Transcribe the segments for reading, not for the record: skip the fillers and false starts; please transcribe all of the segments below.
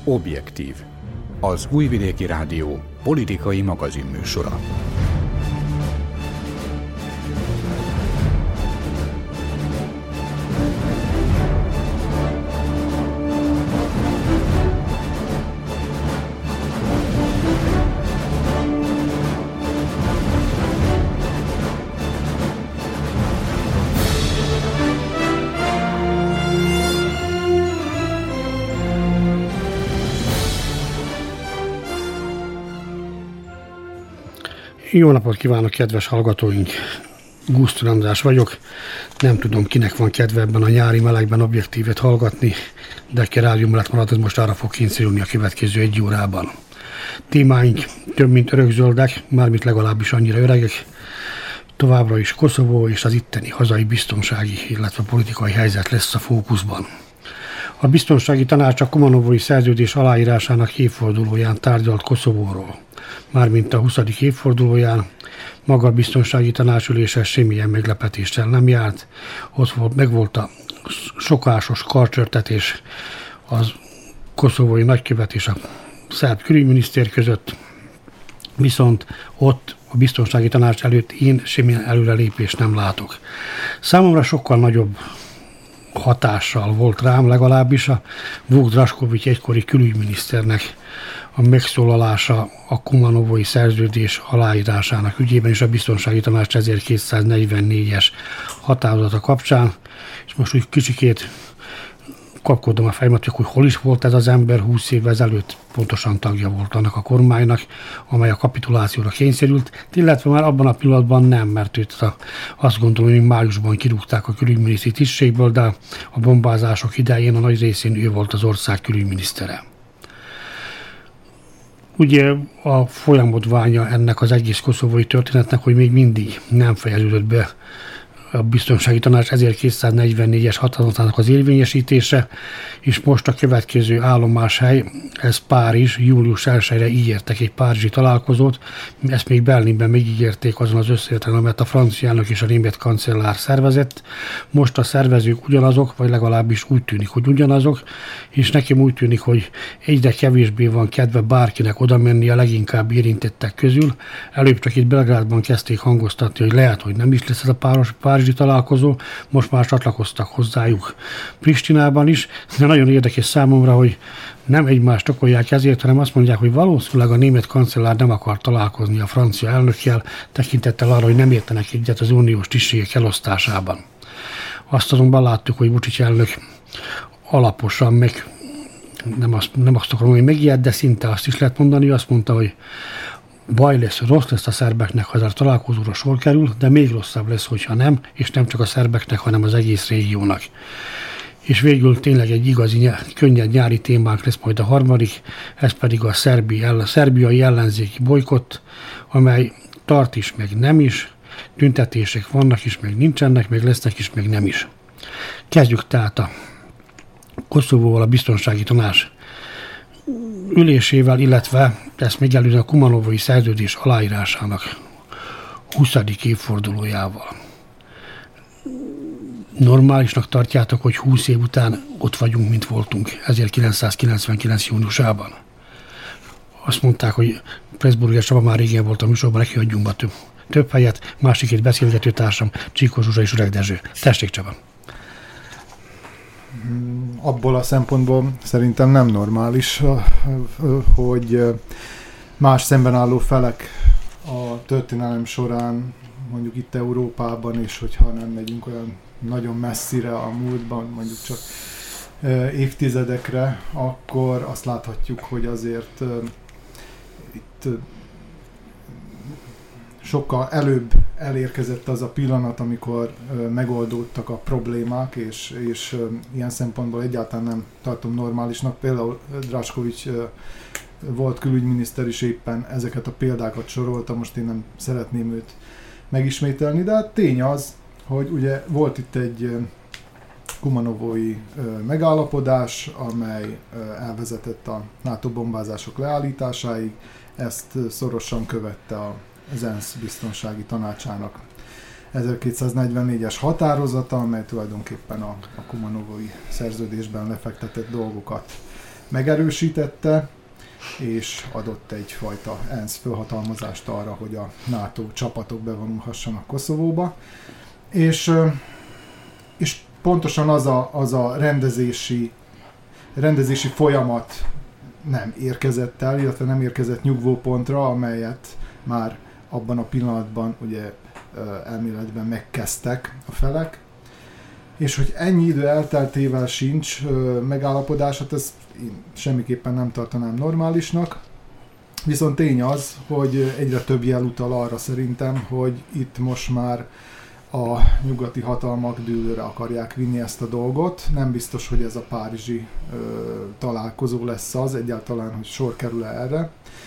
Objektív. Az Újvidéki Rádió politikai magazinműsora. Jó napot kívánok, kedves hallgatóink! Gusztul András vagyok. Nem tudom, kinek van kedve ebben a nyári melegben Objektívet hallgatni, de aki rádió mellett marad, az most arra fog kényszerülni a következő egy órában. Témáink több mint örökzöldek, mármint legalábbis annyira öregek. Továbbra is Koszovó és az itteni hazai biztonsági, illetve politikai helyzet lesz a fókuszban. A Biztonsági Tanács a Kumanovói Szerződés aláírásának évfordulóján tárgyalt Koszovóról. Mármint a 20. évfordulóján, maga a Biztonsági Tanácsülése semmilyen meglepetéssel nem járt. Megvolt a szokásos karcsörtetés az koszovói nagykövet és a szerb külügyminiszter között, viszont ott a Biztonsági Tanács előtt én semmilyen előrelépést nem látok. Számomra sokkal nagyobb hatással volt rám legalábbis a Vuk Drašković egykori külügyminiszternek a megszólalása a Kumanovói Szerződés aláírásának ügyében és a Biztonsági Tanács 1244-es határozata kapcsán, és most úgy kicsikét kapkodom a fejemet, hogy hol is volt ez az ember 20 évvel ezelőtt, pontosan tagja volt annak a kormánynak, amely a kapitulációra kényszerült, illetve már abban a pillanatban nem, mert őt azt gondolom, hogy májusban kirúgták a külügyminiszteri tisztségből, de a bombázások idején a nagy részén ő volt az ország külügyminisztere. Ugye a folyamodványa ennek az egész koszovói történetnek, hogy még mindig nem fejeződött be a Biztonsági Tanács 1244-es határozatának az érvényesítése, és most a következő állomáshely, ez Párizs, július 1-re ígértek egy párizsi találkozót, ezt még Berlinben megígérték azon az összejöttelen, amelyet a francia elnök és a német kancellár szervezett. Most a szervezők ugyanazok, vagy legalábbis úgy tűnik, hogy ugyanazok, és nekem úgy tűnik, hogy egyre kevésbé van kedve bárkinek oda menni a leginkább érintettek közül. Előbb csak itt Belgrádban kezdték hangoztatni, hogy lehet, hogy nem is lesz ez a párizsi találkozó, most már csatlakoztak hozzájuk Pristinában is, de nagyon érdekes számomra, hogy nem egymást okolják ezért, hanem azt mondják, hogy valószínűleg a német kancellár nem akar találkozni a francia elnökkel, tekintettel arra, hogy nem értenek egyet az uniós tisztségek elosztásában. Azt azonban láttuk, hogy Vučić elnök alaposan nem azt akarom mondani, megijedt, de szinte azt is lehet mondani, azt mondta, hogy baj lesz, rossz lesz a szerbeknek, ha a találkozóra sor kerül, de még rosszabb lesz, hogyha nem, és nem csak a szerbeknek, hanem az egész régiónak. És végül tényleg egy igazi, könnyed nyári témánk lesz majd a harmadik, ez pedig a szerbiai ellenzéki bolykott, amely tart is, meg nem is, tüntetések vannak is, meg nincsenek, meg lesznek is, meg nem is. Kezdjük tehát a Koszovóval a Biztonsági Tanács ülésével, illetve ezt megelőzően a Kumanovói Szerződés aláírásának 20. évfordulójával. Normálisnak tartjátok, hogy 20 év után ott vagyunk, mint voltunk 1999. júniusában? Azt mondták, hogy Pressburger Csaba már régen volt a műsorban, neki adjunk be több helyet, másik egy beszélgetőtársam, Csíkos Zsuzsa és Üreg Dezső. Tessék, Csaba! Abból a szempontból szerintem nem normális, hogy más szemben álló felek a történelem során, mondjuk itt Európában is, hogyha nem megyünk olyan nagyon messzire a múltban, mondjuk csak évtizedekre, akkor azt láthatjuk, hogy azért itt sokkal előbb elérkezett az a pillanat, amikor megoldódtak a problémák, és ilyen szempontból egyáltalán nem tartom normálisnak. Például Drašković volt külügyminiszter is éppen ezeket a példákat sorolta, most én nem szeretném őt megismételni, de tény az, hogy ugye volt itt egy kumanovói megállapodás, amely elvezetett a NATO bombázások leállításáig, ezt szorosan követte az ENSZ Biztonsági Tanácsának 1244-es határozata, amely tulajdonképpen a Kumanovói Szerződésben lefektetett dolgokat megerősítette, és adott egyfajta ENSZ fölhatalmazást arra, hogy a NATO csapatok bevonulhassanak Koszovóba. És pontosan az a rendezési folyamat nem érkezett el, illetve nem érkezett nyugvópontra, amelyet már abban a pillanatban ugye elméletben megkezdtek a felek. És hogy ennyi idő elteltével sincs megállapodás, hát ezt én semmiképpen nem tartanám normálisnak. Viszont tény az, hogy egyre több jel utal arra szerintem, hogy itt most már a nyugati hatalmak dűlőre akarják vinni ezt a dolgot. Nem biztos, hogy ez a párizsi találkozó lesz az, egyáltalán, hogy sor kerül erre.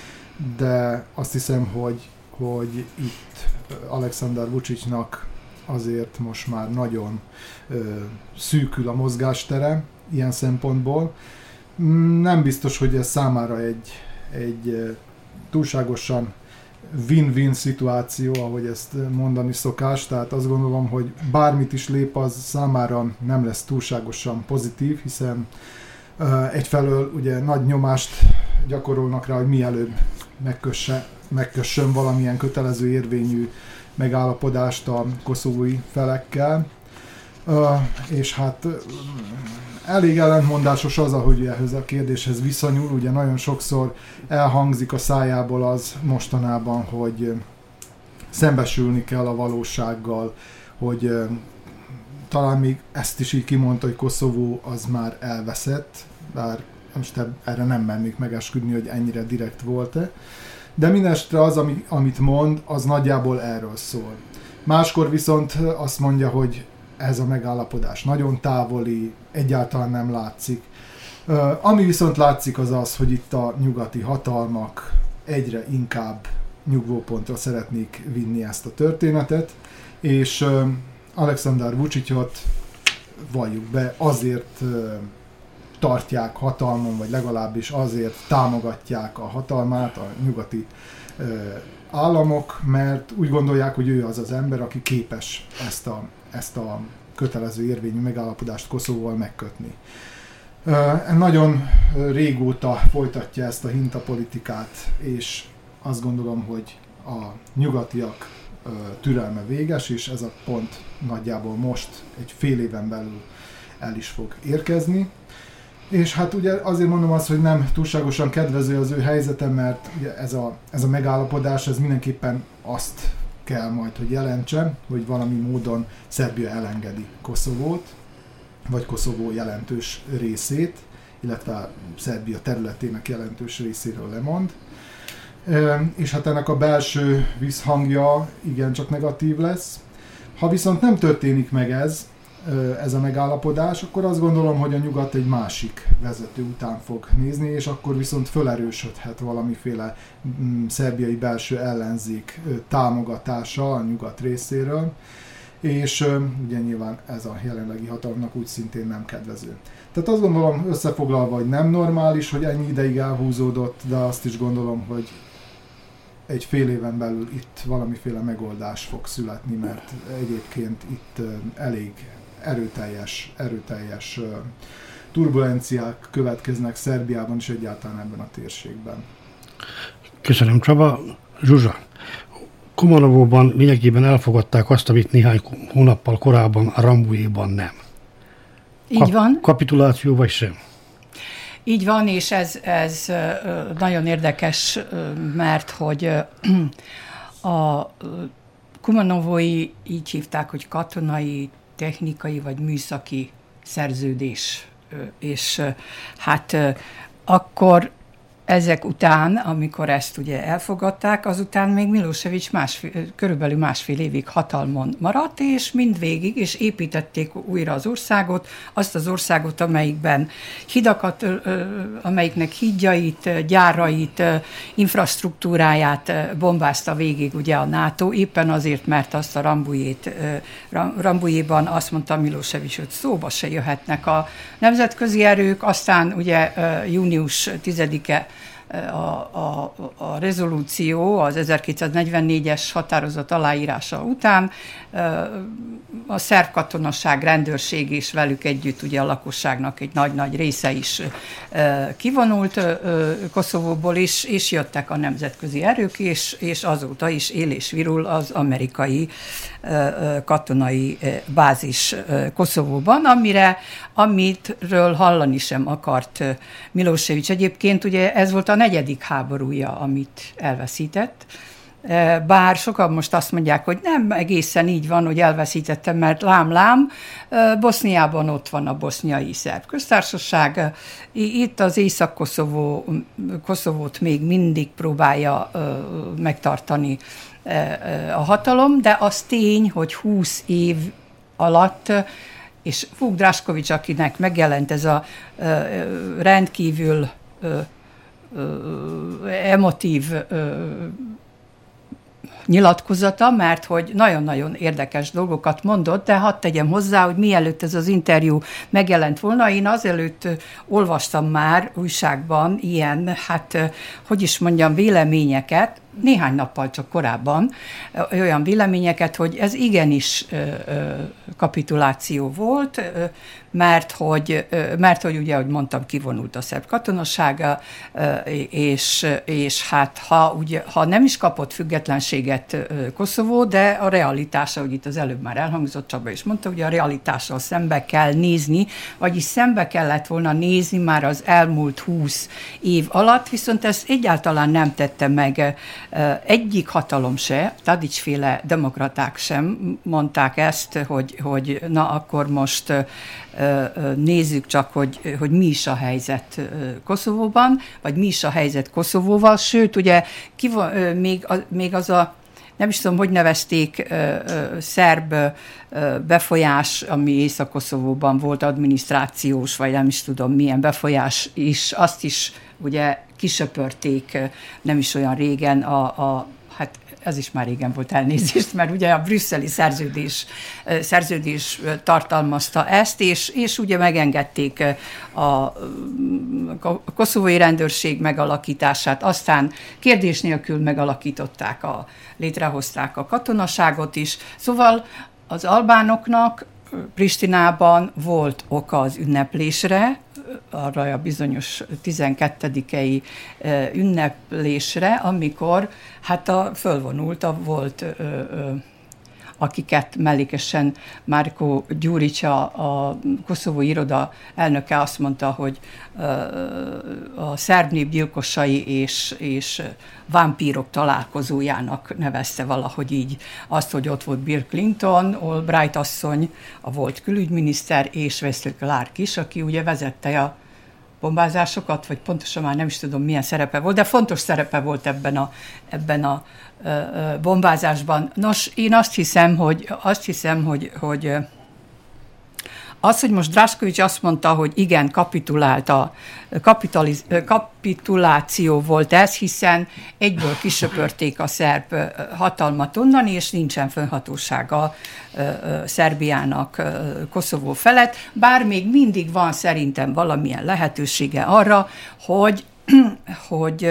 De azt hiszem, hogy itt Aleksandar Vučićnak azért most már nagyon szűkül a mozgástere ilyen szempontból. Nem biztos, hogy ez számára egy túlságosan win-win szituáció, ahogy ezt mondani szokás, tehát azt gondolom, hogy bármit is lép, az számára nem lesz túlságosan pozitív, hiszen egyfelől ugye nagy nyomást gyakorolnak rá, hogy mielőbb megkössön valamilyen kötelező érvényű megállapodást a koszovói felekkel, és hát elég ellentmondásos az, ahogy ehhez a kérdéshez viszonyul, ugye nagyon sokszor elhangzik a szájából az mostanában, hogy szembesülni kell a valósággal, hogy talán még ezt is így kimondta, hogy Koszovó az már elveszett, bár most erre nem mernék megesküdni, hogy ennyire direkt volt-e. De mindestre az, amit mond, az nagyjából erről szól. Máskor viszont azt mondja, hogy ez a megállapodás nagyon távoli, egyáltalán nem látszik. Ami viszont látszik az az, hogy itt a nyugati hatalmak egyre inkább nyugvópontra szeretnék vinni ezt a történetet, és Aleksandar Vučićot, valljuk be, azért tartják hatalmon, vagy legalábbis azért támogatják a hatalmát a nyugati államok, mert úgy gondolják, hogy ő az az ember, aki képes ezt a kötelező érvényű megállapodást Koszovóval megkötni. Nagyon régóta folytatja ezt a hintapolitikát, és azt gondolom, hogy a nyugatiak türelme véges, és ez a pont nagyjából most egy fél éven belül el is fog érkezni. És hát ugye azért mondom azt, hogy nem túlságosan kedvező az ő helyzete, mert ugye ez a megállapodás, ez mindenképpen azt kell majd, hogy jelentse, hogy valami módon Szerbia elengedi Koszovót, vagy Koszovó jelentős részét, illetve Szerbia területének jelentős részéről lemond. És hát ennek a belső visszhangja igencsak negatív lesz. Ha viszont nem történik meg ez a megállapodás, akkor azt gondolom, hogy a nyugat egy másik vezető után fog nézni, és akkor viszont felerősödhet valamiféle szerbiai belső ellenzék támogatása a nyugat részéről, és ugye nyilván ez a jelenlegi hatalomnak úgy szintén nem kedvező. Tehát azt gondolom összefoglalva, hogy nem normális, hogy ennyi ideig elhúzódott, de azt is gondolom, hogy egy fél éven belül itt valamiféle megoldás fog születni, mert egyébként itt elég erőteljes turbulenciák következnek Szerbiában és egyáltalán ebben a térségben. Köszönöm, Csaba. Zsuzsa, Kumanovo-ban lényegében elfogadták azt, amit néhány hónappal korábban a Rambujéban nem. Így van. Kapituláció vagy sem? Így van, és ez nagyon érdekes, mert hogy a kumanovói így hívták, hogy katonai, technikai vagy műszaki szerződés, és hát akkor ezek után, amikor ezt ugye elfogadták, azután még Milosevic körülbelül másfél évig hatalmon maradt, és mindvégig, és építették újra az országot, azt az országot, amelyikben hidakat, amelyiknek hídjait, gyárait, infrastruktúráját bombázta végig ugye a NATO, éppen azért, mert azt a Rambujéban azt mondta Milosevic, hogy szóba se jöhetnek a nemzetközi erők, aztán ugye június 10-e a rezolúció, az 1244-es határozat aláírása után a szerb katonaság, rendőrség és velük együtt ugye a lakosságnak egy nagy-nagy része is kivonult Koszovóból, és jöttek a nemzetközi erők, és azóta is él és virul az amerikai katonai bázis Koszovóban, amitről hallani sem akart Milosevic. Egyébként ugye ez volt a 4. háborúja, amit elveszített, bár sokan most azt mondják, hogy nem egészen így van, hogy elveszítettem, mert lám, Boszniában ott van a boszniai szerb köztársaság, itt az Észak-Koszovót még mindig próbálja megtartani a hatalom, de az tény, hogy 20 év alatt, és Vuk Drašković, akinek megjelent ez a rendkívül emotív nyilatkozata, mert hogy nagyon-nagyon érdekes dolgokat mondott, de hadd tegyem hozzá, hogy mielőtt ez az interjú megjelent volna, én azelőtt olvastam már újságban ilyen, véleményeket, néhány nappal csak korábban, olyan véleményeket, hogy ez igenis kapituláció volt, mert hogy ugye, ahogy mondtam, kivonult a szerb katonasága, és hát ha nem is kapott függetlenséget Koszovó, de a realitása, hogy itt az előbb már elhangzott, Csaba is mondta, hogy a realitással szembe kell nézni, vagyis szembe kellett volna nézni már az elmúlt 20 év alatt, viszont ezt egyáltalán nem tette meg egyik hatalom se, Tadić-féle demokraták sem mondták ezt, hogy na akkor most nézzük csak, hogy mi is a helyzet Koszovóban, vagy mi is a helyzet Koszovóval, sőt, ugye még az a, nem is tudom, hogy nevezték, szerb befolyás, ami Észak-Koszovóban volt, adminisztrációs, vagy nem is tudom milyen befolyás is, azt is ugye kisöpörték nem is olyan régen hát ez is már régen volt, elnézést, mert ugye a brüsszeli szerződés tartalmazta ezt, és ugye megengedték a koszovói rendőrség megalakítását, aztán kérdés nélkül létrehozták a katonaságot is. Szóval az albánoknak Pristinában volt oka az ünneplésre, arra a bizonyos 12-i ünneplésre, amikor hát fölvonult volt, akiket mellékesen Marko Gyurić, a koszovói iroda elnöke azt mondta, hogy a szerb nép gyilkosai és vámpírok találkozójának nevezte valahogy így azt, hogy ott volt Bill Clinton, Albright asszony, a volt külügyminiszter, és Wesley Clark is, aki ugye vezette a bombázásokat, vagy pontosan már nem is tudom, milyen szerepe volt, de fontos szerepe volt ebben a bombázásban. Nos, én azt hiszem, hogy az, hogy most Drašković azt mondta, hogy igen, kapituláció volt ez, hiszen egyből kisöpörték a szerb hatalmat onnan, és nincsen fennhatósága Szerbiának Koszovó felett, bár még mindig van szerintem valamilyen lehetősége arra, hogy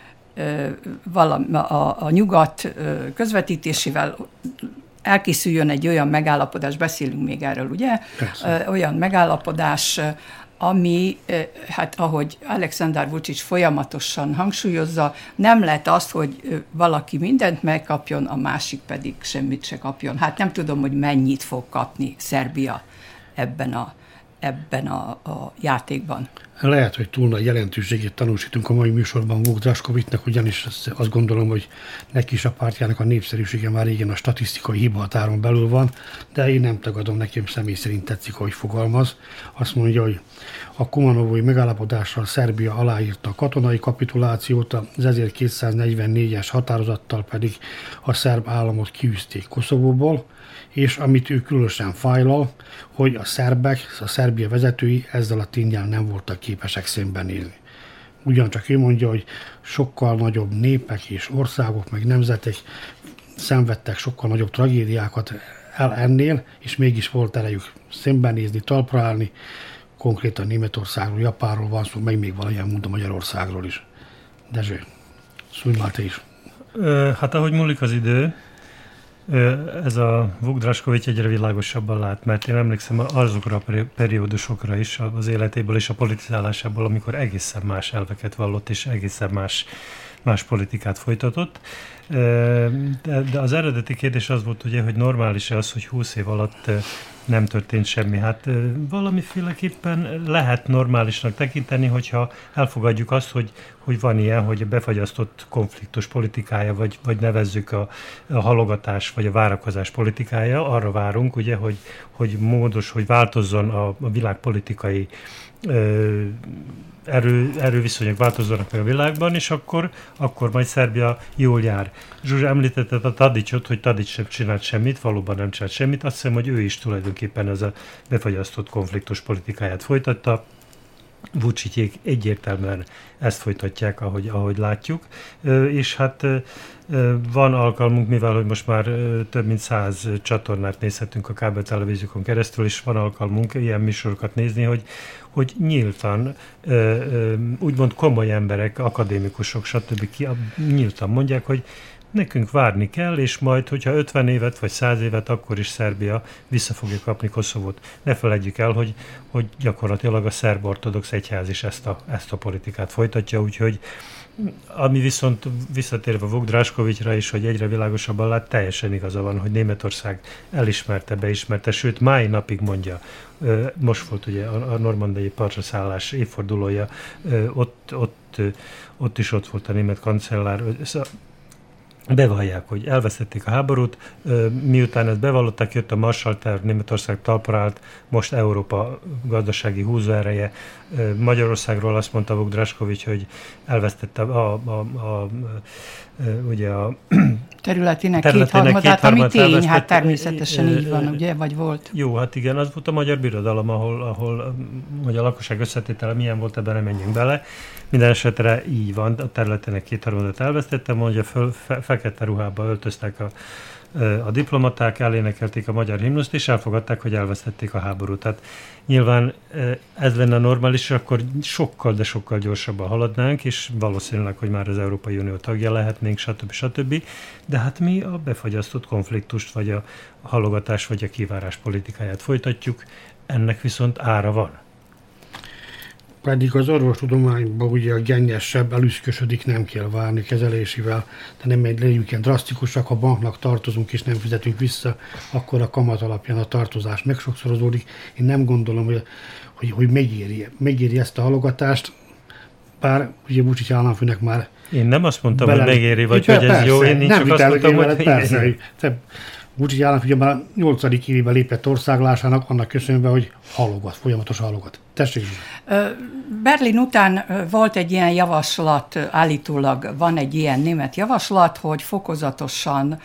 a nyugat közvetítésével elkészüljön egy olyan megállapodás, beszélünk még erről, ugye? Olyan megállapodás, ami, hát ahogy Aleksandar Vučić folyamatosan hangsúlyozza, nem lett az, hogy valaki mindent megkapjon, a másik pedig semmit se kapjon. Hát nem tudom, hogy mennyit fog kapni Szerbia ebben a játékban. Lehet, hogy túl nagy jelentőségét tanúsítunk a mai műsorban Vuk Draškovićnak, ugyanis azt gondolom, hogy neki is a pártjának a népszerűsége már régen a statisztikai hibahatáron belül van, de én nem tagadom, nekem személy szerint tetszik, ahogy fogalmaz. Azt mondja, hogy a kumanovói megállapodással Szerbia aláírta a katonai kapitulációt, az 1244-es határozattal pedig a szerb államot kiűzték Koszovóból, és amit ő különösen fájlal, hogy a szerbek, a Szerbia vezetői ezzel a tényel nem voltak képesek szembenézni. Ugyancsak ő mondja, hogy sokkal nagyobb népek és országok, meg nemzetek szenvedtek sokkal nagyobb tragédiákat el ennél, és mégis volt erejük szembenézni, talpra állni. Konkrétan Németországról, Japánról van szó, meg még valamilyen mondom Magyarországról is. Dezső, szólj már te is. Hát ahogy múlik az idő, ez a Vuk Drašković egyre világosabban lát, mert én emlékszem azokra a periódusokra is az életéből és a politizálásából, amikor egészen más elveket vallott és egészen más politikát folytatott. De az eredeti kérdés az volt ugye, hogy normális-e az, hogy 20 év alatt nem történt semmi. Hát valamiféleképpen lehet normálisnak tekinteni, hogyha elfogadjuk azt, hogy van ilyen, hogy a befagyasztott konfliktus politikája, vagy nevezzük a halogatás, vagy a várakozás politikája. Arra várunk, ugye, hogy változzon a világpolitikai erőviszonyok változzanak meg a világban, és akkor majd Szerbia jól jár. Zsuzsa említette a Tadićot, hogy Tadić sem csinált semmit, valóban nem csinált semmit. Azt hiszem, hogy ő is tulajdonképpen ez a befagyasztott konfliktus politikáját folytatta. Vučićék egyértelműen ezt folytatják, ahogy látjuk. És hát van alkalmunk, mivel hogy most már több mint 100 csatornát nézhetünk a kábeltelevíziókon keresztül, és van alkalmunk ilyen műsorokat nézni, hogy nyíltan, úgymond komoly emberek, akadémikusok, stb. Nyíltan mondják, hogy nekünk várni kell, és majd, hogyha 50 évet vagy 100 évet, akkor is Szerbia vissza fogja kapni Koszovót. Ne feledjük el, hogy gyakorlatilag a szerb-ortodox egyház is ezt a politikát folytatja, úgyhogy ami viszont visszatérve Vuk Draškovićra is, hogy egyre világosabban lát, teljesen igaza van, hogy Németország elismerte, beismerte, sőt máj napig mondja, most volt ugye a normandiai partraszállás évfordulója, ott is ott volt a német kancellár, bevallják, hogy elvesztették a háborút, miután ezt bevallották, jött a Marshall-terv, Németország talpra állt, most Európa gazdasági húzóereje. Magyarországról azt mondta Vuk Drašković, hogy elvesztette ugye a területének kétharmadát, ami tény, hát természetesen így van, ugye, vagy volt. Jó, hát igen, az volt a Magyar Birodalom, ahol hogy a lakosság összetétele milyen volt, ebben nem menjünk bele. Minden esetre így van, a területének kétharmadát elvesztette, mondja, fekete ruhába öltöztek a diplomaták, elénekelték a magyar himnuszt, és elfogadták, hogy elvesztették a háborút. Tehát nyilván ez lenne normális, akkor sokkal, de sokkal gyorsabban haladnánk, és valószínűleg, hogy már az Európai Unió tagja lehetnénk, stb. De hát mi a befagyasztott konfliktust, vagy a halogatás, vagy a kivárás politikáját folytatjuk, ennek viszont ára van. Pedig az orvostudományban ugye a gennyesebb elüszkösödik, nem kell várni kezelésével, de nem legyünk ilyen drasztikusak, ha banknak tartozunk és nem fizetünk vissza, akkor a kamat alapján a tartozás megsokszorozódik. Én nem gondolom, hogy megéri ezt a halogatást, bár ugye Vučić államfőnek már... Én nem azt mondtam, hogy megéri, vagy hogy ez jó, én csak azt mondtam, hogy... Vučić államfő már 8. évében lépett országlásának, annak köszönve, hogy folyamatos halogat. Tessék! Berlin után volt egy ilyen javaslat, állítólag van egy ilyen német javaslat, hogy fokozatosan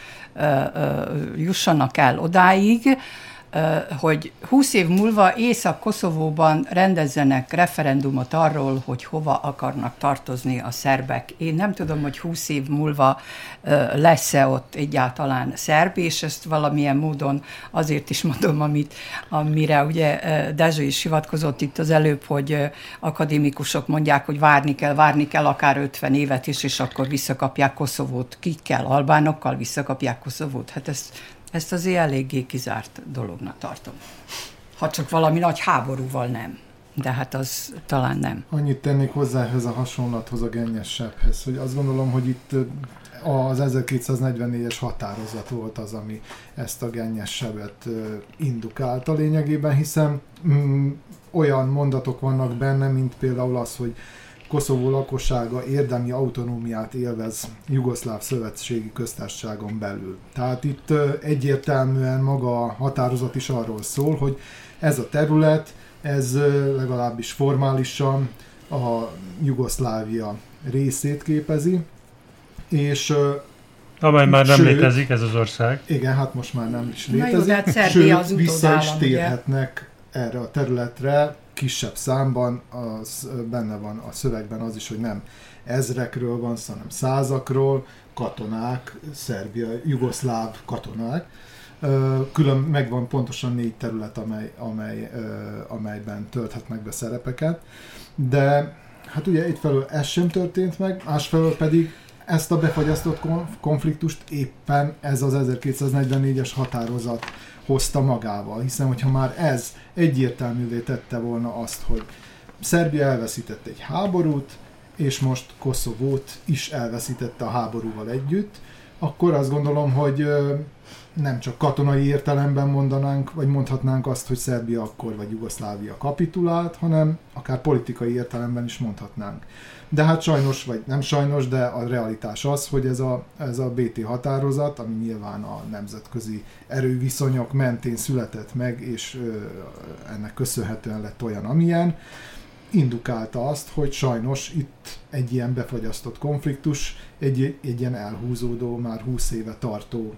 jussanak el odáig, hogy 20 év múlva Észak-Koszovóban rendezzenek referendumot arról, hogy hova akarnak tartozni a szerbek. Én nem tudom, hogy 20 év múlva lesz-e ott egyáltalán szerb, és ezt valamilyen módon azért is mondom, amire ugye Dezső is hivatkozott itt az előbb, hogy akadémikusok mondják, hogy várni kell akár 50 évet is, és akkor visszakapják Koszovót. Kikkel? Albánokkal visszakapják Koszovót? Hát ezt azért eléggé kizárt dolognak tartom. Ha csak valami nagy háborúval nem. De hát az talán nem. Annyit tennék hozzá ehhez a hasonlathoz, a gennyesebhez, hogy azt gondolom, hogy itt az 1244-es határozat volt az, ami ezt a gennyesebbet indukálta lényegében, hiszen olyan mondatok vannak benne, mint például az, hogy Koszovó lakossága érdemi autonómiát élvez Jugoszláv Szövetségi Köztársaságon belül. Tehát itt egyértelműen maga a határozat is arról szól, hogy ez a terület, ez legalábbis formálisan a Jugoszlávia részét képezi, és amely már nem létezik ez az ország. Igen, hát most már nem is létezik. Na jó, de hát Szerbia az vissza is térhetnek erre a területre, kisebb számban, benne van a szövegben az is, hogy nem ezrekről van, hanem százakról, katonák, Szerbia, jugoszláv katonák. Külön megvan pontosan 4 terület, amelyben tölthetnek be szerepeket, de hát ugye egyfelől ez sem történt meg, másfelől pedig ezt a befagyasztott konfliktust éppen ez az 1244-es határozat hozta magával, hiszen hogyha már ez egyértelművé tette volna azt, hogy Szerbia elveszített egy háborút, és most Koszovót is elveszítette a háborúval együtt, akkor azt gondolom, hogy nem csak katonai értelemben mondanánk, vagy mondhatnánk azt, hogy Szerbia akkor vagy Jugoszlávia kapitulált, hanem akár politikai értelemben is mondhatnánk. De hát sajnos, vagy nem sajnos, de a realitás az, hogy ez a BT határozat, ami nyilván a nemzetközi erőviszonyok mentén született meg, és ennek köszönhetően lett olyan, amilyen, indukálta azt, hogy sajnos itt egy ilyen befagyasztott konfliktus, egy ilyen elhúzódó, már 20 éve tartó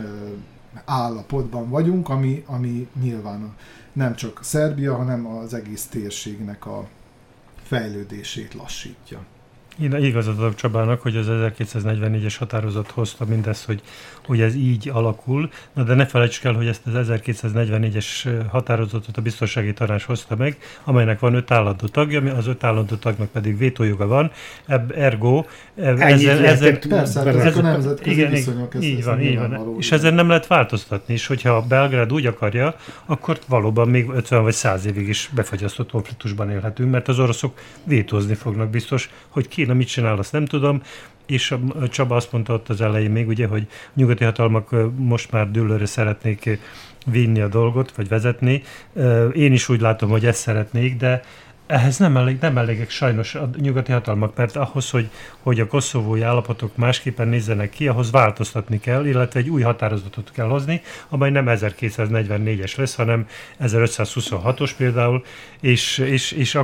állapotban vagyunk, ami nyilván nem csak Szerbia, hanem az egész térségnek a fejlődését lassítja. Én igazat adok Csabának, hogy az 1244-es határozat hozta mindezt, hogy ez így alakul, de ne felejtsük el, hogy ezt az 1244-es határozatot a Biztonsági Tanács hozta meg, amelynek van 5 állandó tagja, az 5 állandó tagnak pedig vétójoga van, ergo ezek a nemzetközi viszonyok. Így van. És ezen nem lehet változtatni, és hogyha Belgrád úgy akarja, akkor valóban még 50 vagy 100 évig is befagyasztott konfliktusban élhetünk, mert az oroszok vétózni fognak biztos, hogy Kína mit csinál, azt nem tudom, és Csaba azt mondta ott az elején még, ugye, hogy nyugati hatalmak most már dűlőre szeretnék vinni a dolgot, vagy vezetni. Én is úgy látom, hogy ezt szeretnék, de ehhez nem elégek sajnos a nyugati hatalmak, mert ahhoz, hogy a koszovói állapotok másképpen nézzenek ki, ahhoz változtatni kell, illetve egy új határozatot kell hozni, amely nem 1244-es lesz, hanem 1526-os például, és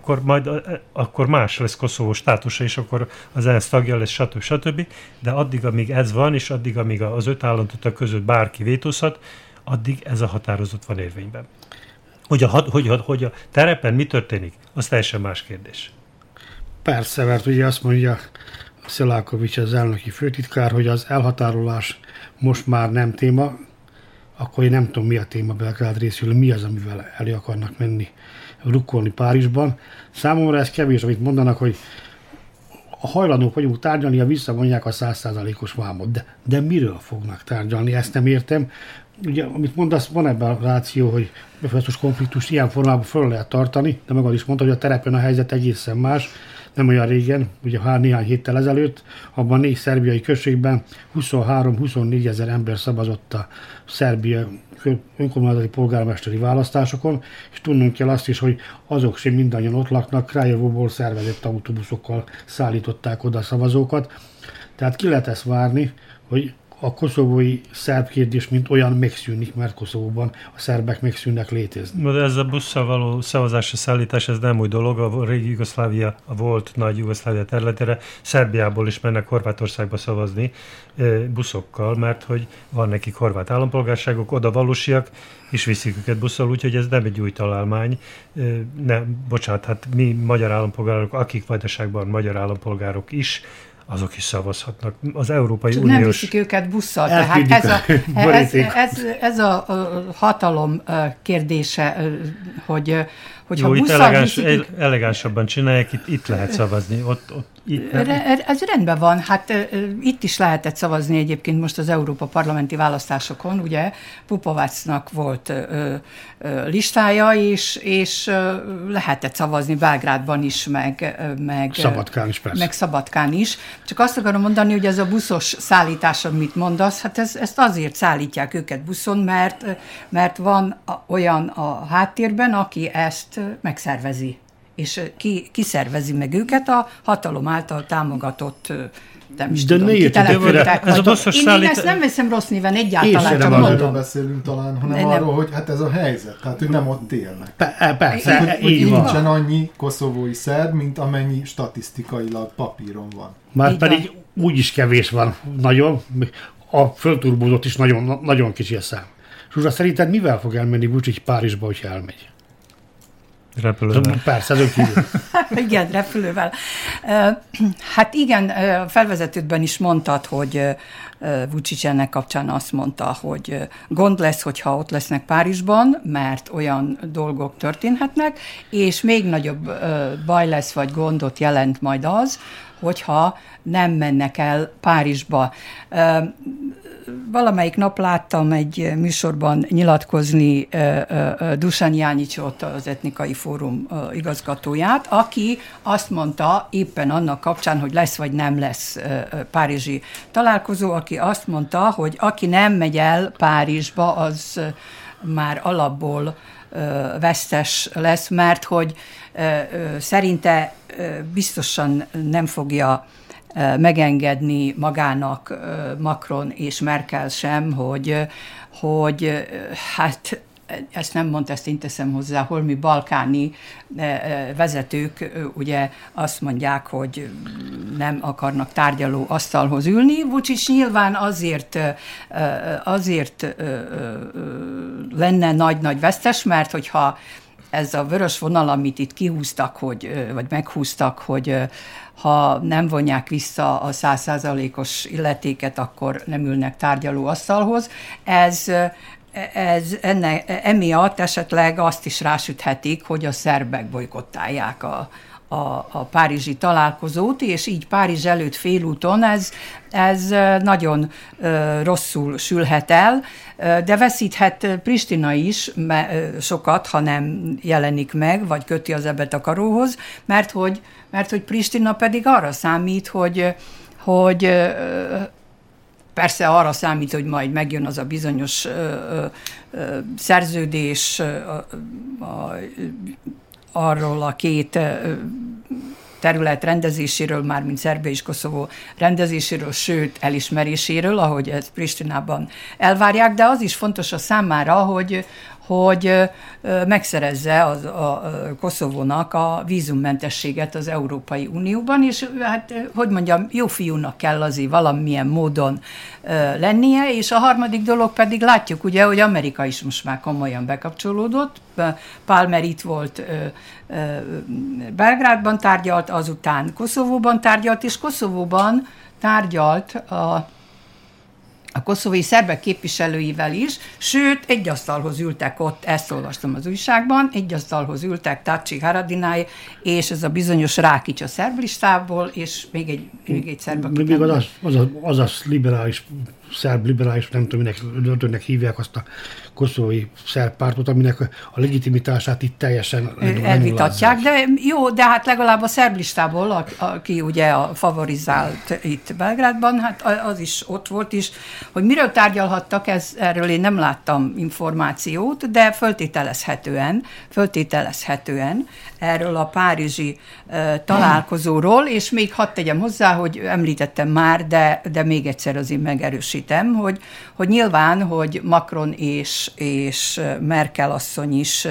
akkor más lesz Koszovó státusa, és akkor az ENSZ tagja lesz, stb. De addig, amíg ez van, és addig, amíg az 5 állandó tag között bárki vétózhat, addig ez a határozat van érvényben. Hogy a terepen mi történik, az teljesen más kérdés. Persze, mert ugye azt mondja Szelákovics, az elnöki főtitkár, hogy az elhatárolás most már nem téma, akkor én nem tudom, mi a téma Belgrád részéről, mi az, amivel elé akarnak menni, rukkolni Párizsban. Számomra ez kevés, amit mondanak, hogy a hajlandók vagyunk tárgyalni, ha visszavonják a 100%-os vámot. De miről fognak tárgyalni, ezt nem értem. Ugye, amit mondasz, van ebben a ráció, hogy befagyasztós konfliktust ilyen formában föl lehet tartani, de magad is mondta, hogy a terepen a helyzet egészen más. Nem olyan régen, ugye néhány héttel ezelőtt, abban 4 szerbiai községben 23-24 ezer ember szavazott a Szerbia önkormányzati polgármesteri választásokon, és tudnunk kell azt is, hogy azok sem mindannyian ott laknak, Krajevóból szervezett autóbuszokkal szállították oda a szavazókat. Tehát ki lehet ezt várni, hogy a koszovói szerb kérdés, mint olyan megszűnik, mert Koszovóban a szerbek megszűnnek létezni. De ez a busszal való szavazásra szállítás, ez nem új dolog. A régi Jugoszlávia, a volt nagy Jugoszlávia területére Szerbiából is mennek Horvátországba szavazni buszokkal, mert hogy van nekik horvát állampolgárságok, oda valósiak, és viszik őket busszal, úgyhogy ez nem egy új találmány. Hát mi magyar állampolgárok, akik vajdaságban magyar állampolgárok is, azok is szavazhatnak. Az Európai Uniós... Nem viszik őket busszal, tehát ez a hatalom kérdése, hogyha busszal viszik... elegánsabban csinálják, itt lehet szavazni. Ez rendben van, hát itt is lehetett szavazni egyébként most az Európa parlamenti választásokon, ugye Pupovácnak volt listája, és lehetett szavazni Belgrádban is, meg Szabadkán is, persze. Meg Szabadkán is. Csak azt akarom mondani, hogy ez a buszos szállítás, amit mondasz, hát ezt azért szállítják őket buszon, mert van olyan a háttérben, aki ezt megszervezi. És ki szervezi meg őket a hatalom által támogatott, nem is de tudom, kitelepültek. Én ezt nem veszem rossz néven egyáltalán, csak mondom. Erről beszélünk talán, hanem arról, hogy hát ez a helyzet, tehát hogy nem ott élnek. Persze, hogy nincsen annyi koszovói szerb, mint amennyi statisztikailag papíron van. Már pedig úgy is kevés van, nagyon, a fölturbózott is nagyon, nagyon kicsi a szám. Zsuzsa, szerinted mivel fog elmenni Vučić Párizsba, hogyha elmegy? Repülővel. Persze, azon kívül. Igen, repülővel. Hát igen, felvezetődben is mondtad, hogy Vučić ennek kapcsán azt mondta, hogy gond lesz, hogyha ott lesznek Párizsban, mert olyan dolgok történhetnek, és még nagyobb baj lesz, vagy gondot jelent majd az, hogyha nem mennek el Párizsba. Valamelyik nap láttam egy műsorban nyilatkozni Dusan Jányicsot, az Etnikai Fórum igazgatóját, aki azt mondta éppen annak kapcsán, hogy lesz vagy nem lesz párizsi találkozó, aki azt mondta, hogy aki nem megy el Párizsba, az már alapból vesztes lesz, mert hogy szerinte biztosan nem fogja megengedni magának Macron és Merkel sem, hogy hát ezt nem mondta, ezt én teszem hozzá, holmi balkáni vezetők ugye azt mondják, hogy nem akarnak tárgyaló asztalhoz ülni. Vučić nyilván azért lenne nagy-nagy vesztes, mert hogyha ez a vörös vonal, amit itt kihúztak, vagy meghúztak, hogy ha nem vonják vissza a 100%-os illetéket, akkor nem ülnek tárgyalóasztalhoz. Emiatt esetleg azt is rásüthetik, hogy a szerbek bojkottálják a párizsi találkozót, és így Párizs előtt félúton ez nagyon rosszul sülhet el, de veszíthet Pristina is sokat, ha nem jelenik meg, vagy köti az ebet a karóhoz, mert hogy Pristina pedig arra számít, hogy persze arra számít, hogy majd megjön az a bizonyos szerződés arról a két terület rendezéséről, mármint Szerbia és Koszovó rendezéséről, sőt elismeréséről, ahogy ezt Pristinában elvárják, de az is fontos a számára, hogy megszerezze a Koszovónak a vízummentességet az Európai Unióban, és hát, hogy mondjam, jó fiúnak kell azért valamilyen módon lennie, és a harmadik dolog pedig látjuk ugye, hogy Amerika is most már komolyan bekapcsolódott. Palmer itt volt, Belgrádban tárgyalt, azután Koszovóban tárgyalt, és Koszovóban tárgyalt a koszovói szerbek képviselőivel is, sőt, egy asztalhoz ültek ott, ezt olvastam az újságban, egy asztalhoz ültek Taci Haradinaj, és ez a bizonyos Rákics a szerb listából, és még egy szerb, akit még az a liberális, szerb liberális, nem tudom, minek hívják azt a koszovói szerb pártot, aminek a legitimitását itt teljesen elvitatják, de jó, de hát legalább a szerb listából, aki ugye a favorizált itt Belgrádban, hát az is ott volt is, hogy miről tárgyalhattak, erről én nem láttam információt, de föltételezhetően erről a párizsi találkozóról, és még hadd tegyem hozzá, hogy említettem már, de még egyszer azért megerősítem, hogy nyilván, hogy Macron és Merkel asszony is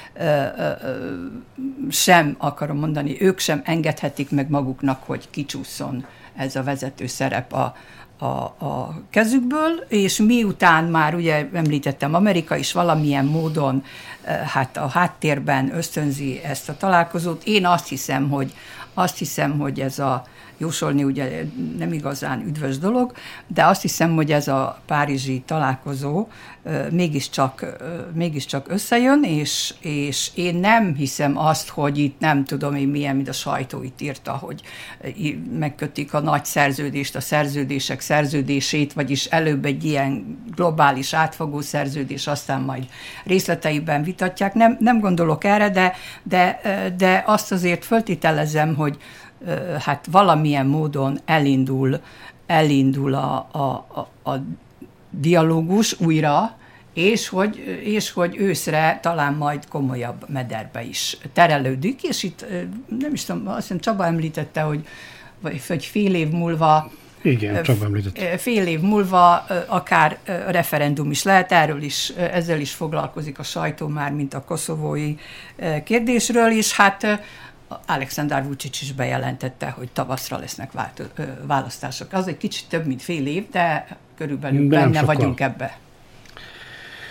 sem, akarom mondani, ők sem engedhetik meg maguknak, hogy kicsúszson ez a vezető szerep a kezükből, és miután már ugye említettem, Amerika is valamilyen módon hát a háttérben ösztönzi ezt a találkozót, én azt hiszem, hogy ez a jósolni ugye nem igazán üdvös dolog, de azt hiszem, hogy ez a párizsi találkozó mégiscsak összejön, és én nem hiszem azt, hogy itt nem tudom én milyen, mint a sajtó itt írta, hogy megkötik a nagy szerződést, a szerződések szerződését, vagyis előbb egy ilyen globális átfogó szerződés, aztán majd részleteiben vitatják. Nem gondolok erre, de azt azért föltételezem, hogy hát valamilyen módon elindul a dialógus újra, és hogy őszre talán majd komolyabb mederbe is terelődik, és itt nem is tudom, azt hiszem Csaba említette, hogy fél év múlva igen, Csaba említette. Fél év múlva akár referendum is lehet, ezzel is foglalkozik a sajtó már, mint a koszovói kérdésről, és hát Aleksandar Vučić is bejelentette, hogy tavaszra lesznek választások. Az egy kicsit több, mint fél év, de körülbelül benne vagyunk ebbe.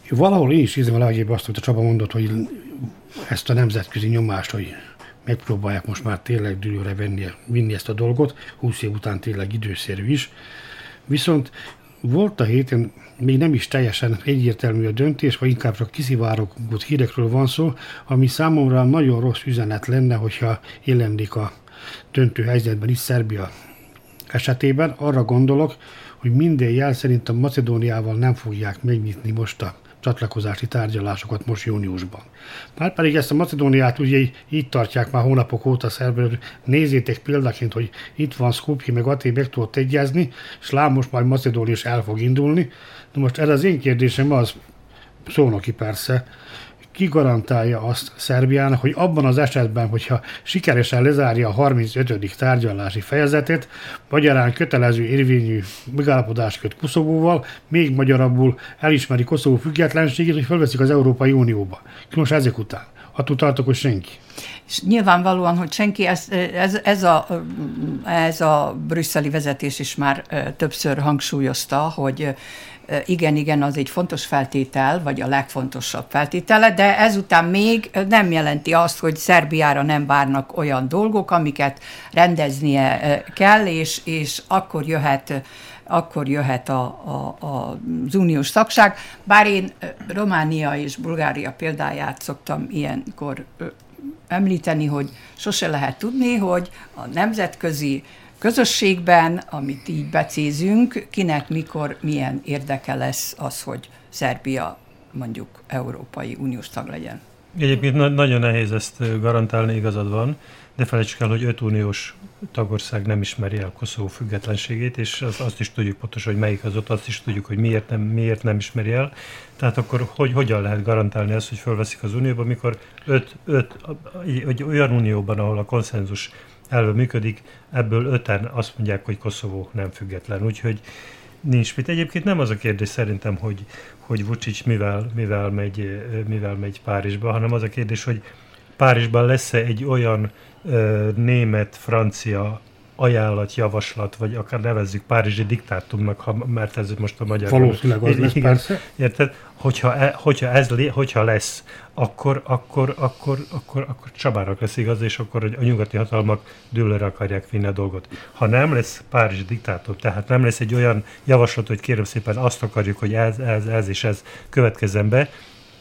Valahol én is érzem a levegében azt, amit a Csaba mondott, hogy ezt a nemzetközi nyomást, hogy megpróbálják most már tényleg dűlőre vinni ezt a dolgot, 20 év után tényleg időszerű is. Viszont volt a héten még nem is teljesen egyértelmű a döntés, vagy inkább csak kiszivárogott hírekről van szó, ami számomra nagyon rossz üzenet lenne, hogyha élendik a döntő helyzetben is Szerbia esetében. Arra gondolok, hogy minden jel szerint a Macedóniával nem fogják megnyitni most a csatlakozási tárgyalásokat most júniusban. Márpedig ezt a Macedóniát ugye így tartják már hónapok óta szerből. Nézzétek példaként, hogy itt van Skopje, meg Athén meg tudott egyezni, és lám most majd Macedónia is el fog indulni. De most erre az én kérdésem az, szónoki persze, ki garantálja azt Szerbiának, hogy abban az esetben, hogyha sikeresen lezárja a 35. tárgyalási fejezetet, magyarán kötelező érvényű megállapodást köt Koszovóval, még magyarabbul elismeri Koszovó függetlenségét, hogy felveszik az Európai Unióba. Most ezek után. Attól tartok, hogy senki. És nyilvánvalóan, hogy senki, ez a brüsszeli vezetés is már többször hangsúlyozta, hogy igen, az egy fontos feltétel, vagy a legfontosabb feltétele, de ezután még nem jelenti azt, hogy Szerbiára nem várnak olyan dolgok, amiket rendeznie kell, és akkor jöhet az uniós tagság. Bár én Románia és Bulgária példáját szoktam ilyenkor említeni, hogy sose lehet tudni, hogy a nemzetközi közösségben, amit így becézünk, kinek mikor milyen érdeke lesz az, hogy Szerbia mondjuk Európai Uniós tag legyen. Egyébként nagyon nehéz ezt garantálni, igazad van, de felejtsük el, hogy 5 uniós tagország nem ismeri el Koszovó függetlenségét, és azt is tudjuk pontosan, hogy melyik az ott, azt is tudjuk, hogy miért nem ismeri el. Tehát akkor hogyan lehet garantálni ezt, hogy fölveszik az unióba, mikor 5 olyan unióban, ahol a konszenzus elve működik, ebből 5-en azt mondják, hogy Koszovó nem független. Úgyhogy nincs mit. Egyébként nem az a kérdés szerintem, hogy Vučić mivel megy Párizsba, hanem az a kérdés, hogy Párizsban lesz-e egy olyan német-francia ajánlat, javaslat, vagy akár nevezzük párizsi diktátumnak, mert ez most a magyar... Valószínűleg az lesz, persze. Érted? Hogyha lesz, akkor Csabának lesz igaz, és akkor a nyugati hatalmak dőlőre akarják vinni a dolgot. Ha nem lesz párizsi diktátum, tehát nem lesz egy olyan javaslat, hogy kérem szépen azt akarjuk, hogy ez és ez következzen be,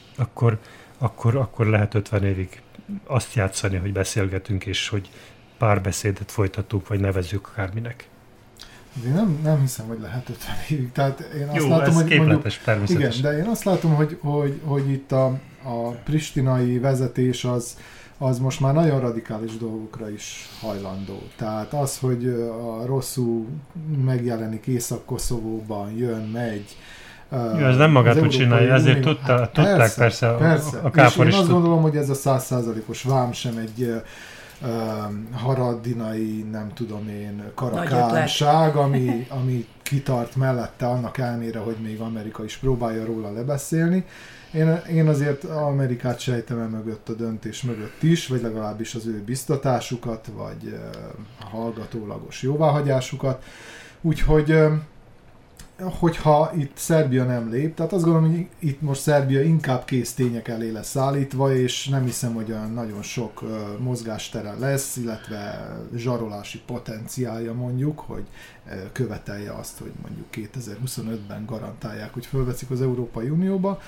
akkor lehet 50 évig azt játszani, hogy beszélgetünk, és hogy párbeszédet folytatunk, vagy nevezzük akárminek. Én nem hiszem, hogy lehet 50 évig. Tehát én azt jó, látom, ez hogy képletes, természetes. Igen, de én azt látom, hogy itt a pristinai vezetés az most már nagyon radikális dolgokra is hajlandó. Tehát az, hogy a rosszul megjelenik Észak-Koszovóban, jön, megy. Jó, ez nem magától csinálja, ezért tudták persze. A kápor is. És én azt gondolom, hogy ez a 100%-os vám sem egy haradinai, nem tudom én, karakánság, ami kitart mellette annak ellenére, hogy még Amerika is próbálja róla lebeszélni. Én azért Amerikát sejtem el mögött, a döntés mögött is, vagy legalábbis az ő biztatásukat, vagy hallgatólagos jóváhagyásukat. Úgyhogy hogyha itt Szerbia nem lép, tehát azt gondolom, hogy itt most Szerbia inkább kész tények elé lesz állítva, és nem hiszem, hogy olyan nagyon sok mozgástere lesz, illetve zsarolási potenciálja mondjuk, hogy követelje azt, hogy mondjuk 2025-ben garantálják, hogy fölveszik az Európai Unióba.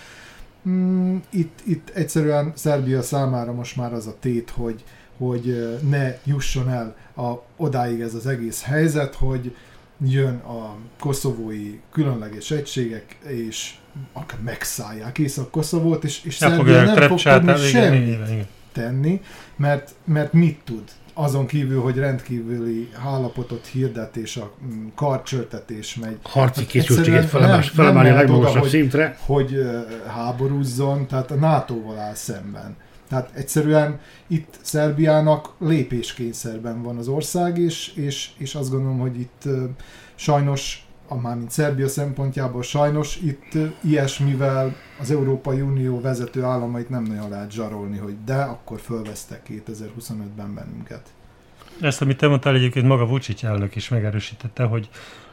Itt egyszerűen Szerbia számára most már az a tét, hogy ne jusson el odáig ez az egész helyzet, hogy jön a koszovói különleges egységek, és akár megszállják Észak-Koszovót, és Szerbia nem fog tudni semmit tenni, mert mit tud? Azon kívül, hogy rendkívüli állapotot hirdet, és a karcsörtetés megy. Harci készültséget felemelni a legmagasabb szintre. Hogy háborúzzon, tehát a NATO-val áll szemben. Tehát egyszerűen itt Szerbiának lépéskényszerben van az ország, és azt gondolom, hogy itt sajnos, mármint Szerbia szempontjából sajnos itt ilyesmivel az Európai Unió vezető államait nem nagyon lehet zsarolni, hogy de akkor fölvesztek 2025-ben bennünket. Ezt, amit te mondtál, egyébként maga Vučić elnök is megerősítette,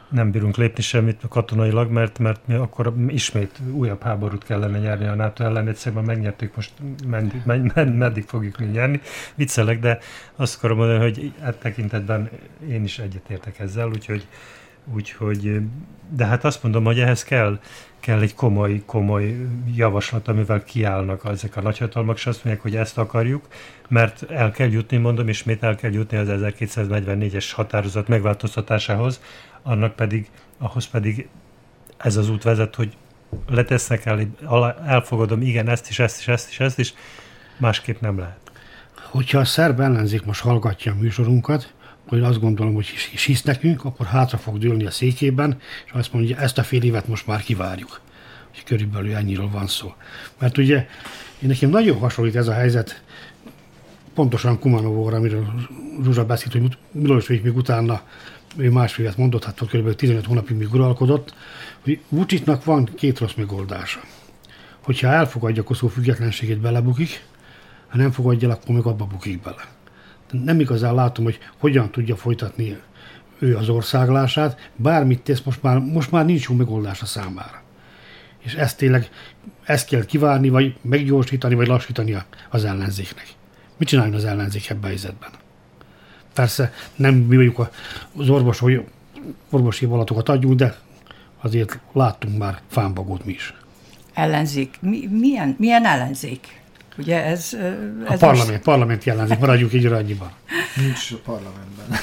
nem bírunk lépni semmit katonailag, mert mi akkor ismét újabb háborút kellene nyerni a NATO ellen, egyszerűen megnyertük, most meddig fogjuk mi nyerni. Viccelek, de azt akarom mondani, hogy tekintetben én is egyetértek ezzel, úgyhogy de hát azt mondom, hogy ehhez kell egy komoly javaslat, amivel kiállnak ezek a nagyhatalmak, és azt mondják, hogy ezt akarjuk, mert el kell jutni, mondom, ismét el kell jutni az 1244-es határozat megváltoztatásához, ahhoz pedig ez az út vezet, hogy letesznek elfogadom, igen, ezt is, másképp nem lehet. Hogyha a szerb ellenzék most hallgatja a műsorunkat, hogy azt gondolom, hogy hisz nekünk, akkor hátra fog dőlni a székében, és azt mondja, hogy ezt a fél évet most már kivárjuk. És körülbelül ennyiről van szó. Mert ugye nekem nagyon hasonlít ez a helyzet, pontosan Kumanovóra, amiről Zsuzsa beszélt, hogy Milosevic még utána ő másfél évet mondott, hát kb. 15 hónapig még uralkodott, hogy Vučićnak van két rossz megoldása. Hogyha elfogadja Koszovó függetlenségét, belebukik, ha nem fogadja el, akkor meg abba bukik bele. Nem igazán látom, hogy hogyan tudja folytatni ő az országlását, bármit tesz, most már nincs jó megoldása számára. És ezt kell kivárni, vagy meggyorsítani, vagy lassítani az ellenzéknek. Mit csináljon az ellenzék ebben a helyzetben? Persze nem mi vagyunk az orvosi vonatokat adjuk, de azért láttunk már fámbagót mi is. Ellenzék? Milyen ellenzék? Ugye ez parlamenti ellenzék, maradjuk így annyiban. Nincs a parlamentben.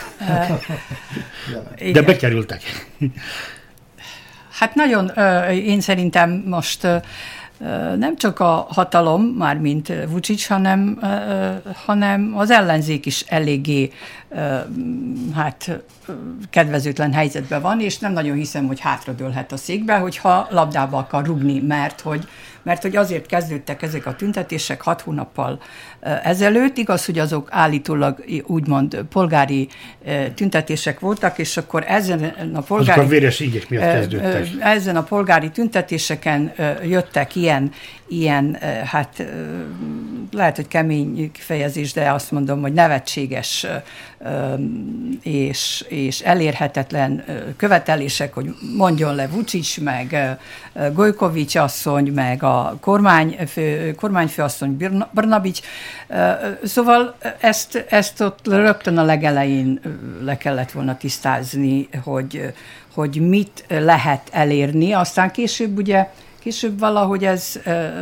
De bekerültek. Hát nagyon, én szerintem most nem csak a hatalom, mármint Vučić, hanem az ellenzék is eléggé kedvezőtlen helyzetben van, és nem nagyon hiszem, hogy hátradőlhet a székbe, hogyha labdába akar rugni, mert hogy azért kezdődtek ezek a tüntetések 6 hónappal ezelőtt. Igaz, hogy azok állítólag úgymond polgári tüntetések voltak, és akkor ezen a véres ígyek miatt kezdődtek. Ezen a polgári tüntetéseken jöttek ilyen, hát lehet, hogy kemény kifejezés, de azt mondom, hogy nevetséges és elérhetetlen követelések, hogy mondjon le Vučić, meg Gojković asszony, meg a kormányfőasszony Brnabić. Szóval ezt ott rögtön a legelején le kellett volna tisztázni, hogy mit lehet elérni. Aztán később valahogy ez,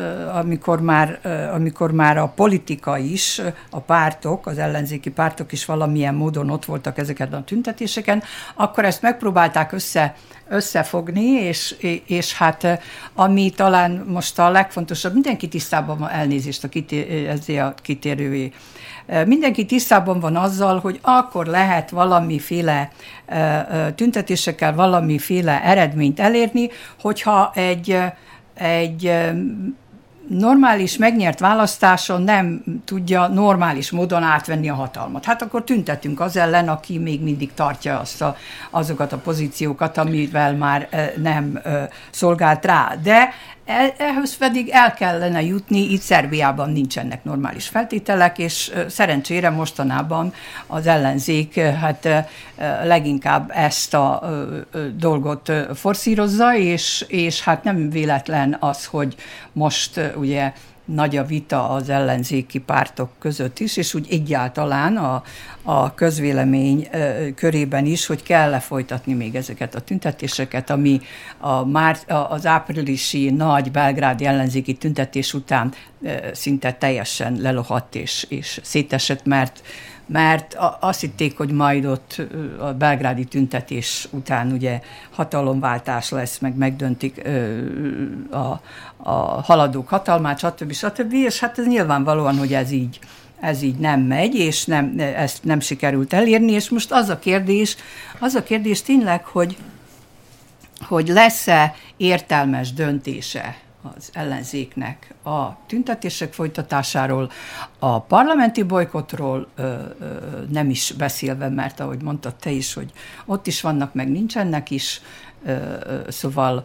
amikor már a politika is, a pártok, az ellenzéki pártok is valamilyen módon ott voltak ezeken a tüntetéseken, akkor ezt megpróbálták összefogni, és hát ami talán most a legfontosabb, mindenki tisztában van, elnézést ezzel a kitérővé. Mindenki tisztában van azzal, hogy akkor lehet valamiféle tüntetésekkel valamiféle eredményt elérni, hogyha egy normális, megnyert választáson nem tudja normális módon átvenni a hatalmat. Hát akkor tüntetünk az ellen, aki még mindig tartja azokat a pozíciókat, amivel már nem szolgált rá. De ehhez pedig el kellene jutni, itt Szerbiában nincsenek normális feltételek, és szerencsére mostanában az ellenzék hát leginkább ezt a dolgot forszírozza, és hát nem véletlen az, hogy most ugye nagy a vita az ellenzéki pártok között is, és úgy egyáltalán a közvélemény körében is, hogy kell lefolytatni még ezeket a tüntetéseket, ami az áprilisi nagy belgrádi ellenzéki tüntetés után szinte teljesen lelohadt és szétesett, mert azt hitték, hogy majd ott a belgrádi tüntetés után ugye hatalomváltás lesz, meg megdöntik a haladók hatalmát, stb. És hát ez nyilvánvalóan, hogy ez így nem megy, és ezt nem sikerült elérni, és most az a kérdés tényleg, hogy lesz-e értelmes döntése az ellenzéknek a tüntetések folytatásáról, a parlamenti bolykotról nem is beszélve, mert ahogy mondtad te is, hogy ott is vannak, meg nincsenek is, szóval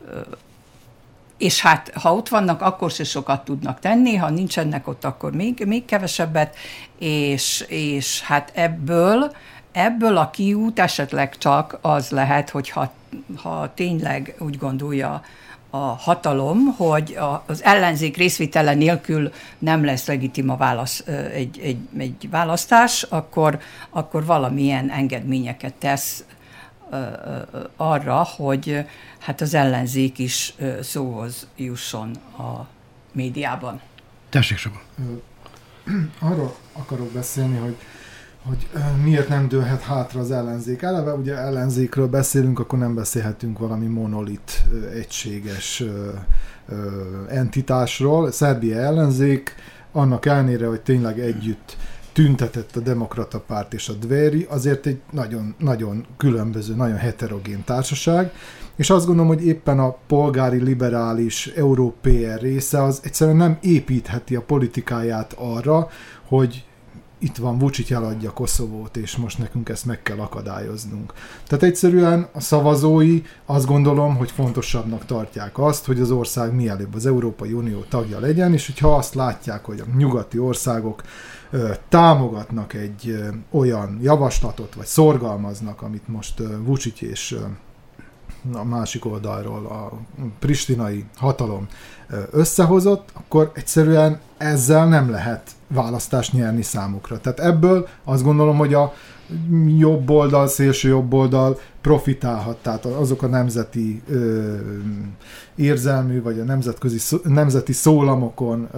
és hát ha ott vannak, akkor se sokat tudnak tenni, ha nincsenek ott, akkor még kevesebbet, és hát Ebből a kiút esetleg csak az lehet, hogy ha tényleg úgy gondolja a hatalom, hogy az ellenzék részvétele nélkül nem lesz legitim egy választás, akkor valamilyen engedményeket tesz arra, hogy hát az ellenzék is szóhoz jusson a médiában. Tessék, Saba. Arról akarok beszélni, hogy miért nem dőlhet hátra az ellenzék. Eleve ugye ellenzékről beszélünk, akkor nem beszélhetünk valami monolit, egységes entitásról. Szerbia ellenzék, annak ellenére, hogy tényleg együtt tüntetett a Demokrata Párt és a Dveri, azért egy nagyon, nagyon különböző, nagyon heterogén társaság, és azt gondolom, hogy éppen a polgári, liberális, európér része az egyszerűen nem építheti a politikáját arra, hogy itt van, Vučić eladja Koszovót, és most nekünk ezt meg kell akadályoznunk. Tehát egyszerűen a szavazói azt gondolom, hogy fontosabbnak tartják azt, hogy az ország mielőbb az Európai Unió tagja legyen, és hogyha azt látják, hogy a nyugati országok támogatnak egy olyan javaslatot, vagy szorgalmaznak, amit most Vučić és a másik oldalról a pristinai hatalom összehozott, akkor egyszerűen ezzel nem lehet választást nyerni számukra. Tehát ebből azt gondolom, hogy a jobb oldal, szélső jobb oldal profitálhat, tehát azok a nemzeti érzelmű, vagy a nemzeti szólamokon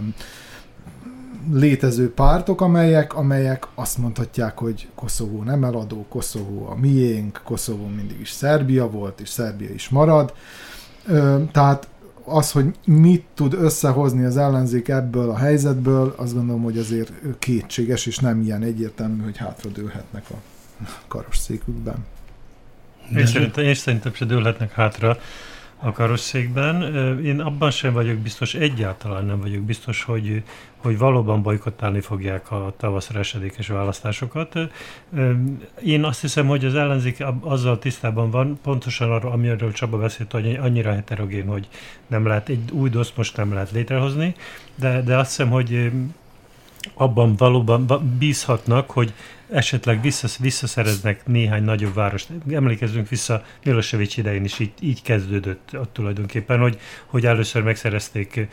létező pártok, amelyek azt mondhatják, hogy Koszovó nem eladó, Koszovó a miénk, Koszovó mindig is Szerbia volt, és Szerbia is marad. Tehát az, hogy mit tud összehozni az ellenzék ebből a helyzetből, azt gondolom, hogy azért kétséges, és nem ilyen egyértelmű, hogy hátradőlhetnek a karosszékükben. Én szerintem se dőlhetnek hátra a karosszékben. Én abban sem vagyok biztos, egyáltalán nem vagyok biztos, hogy valóban bojkottálni fogják a tavaszra esedékes választásokat. Én azt hiszem, hogy az ellenzék azzal tisztában van, pontosan arról, amiről Csaba beszélt, hogy annyira heterogén, hogy nem lehet, egy új DOSZ most nem lehet létrehozni, de azt hiszem, hogy abban valóban bízhatnak, esetleg visszaszereznek néhány nagyobb várost. Emlékezzünk vissza, Milosevic idején is így kezdődött tulajdonképpen, hogy először megszerezték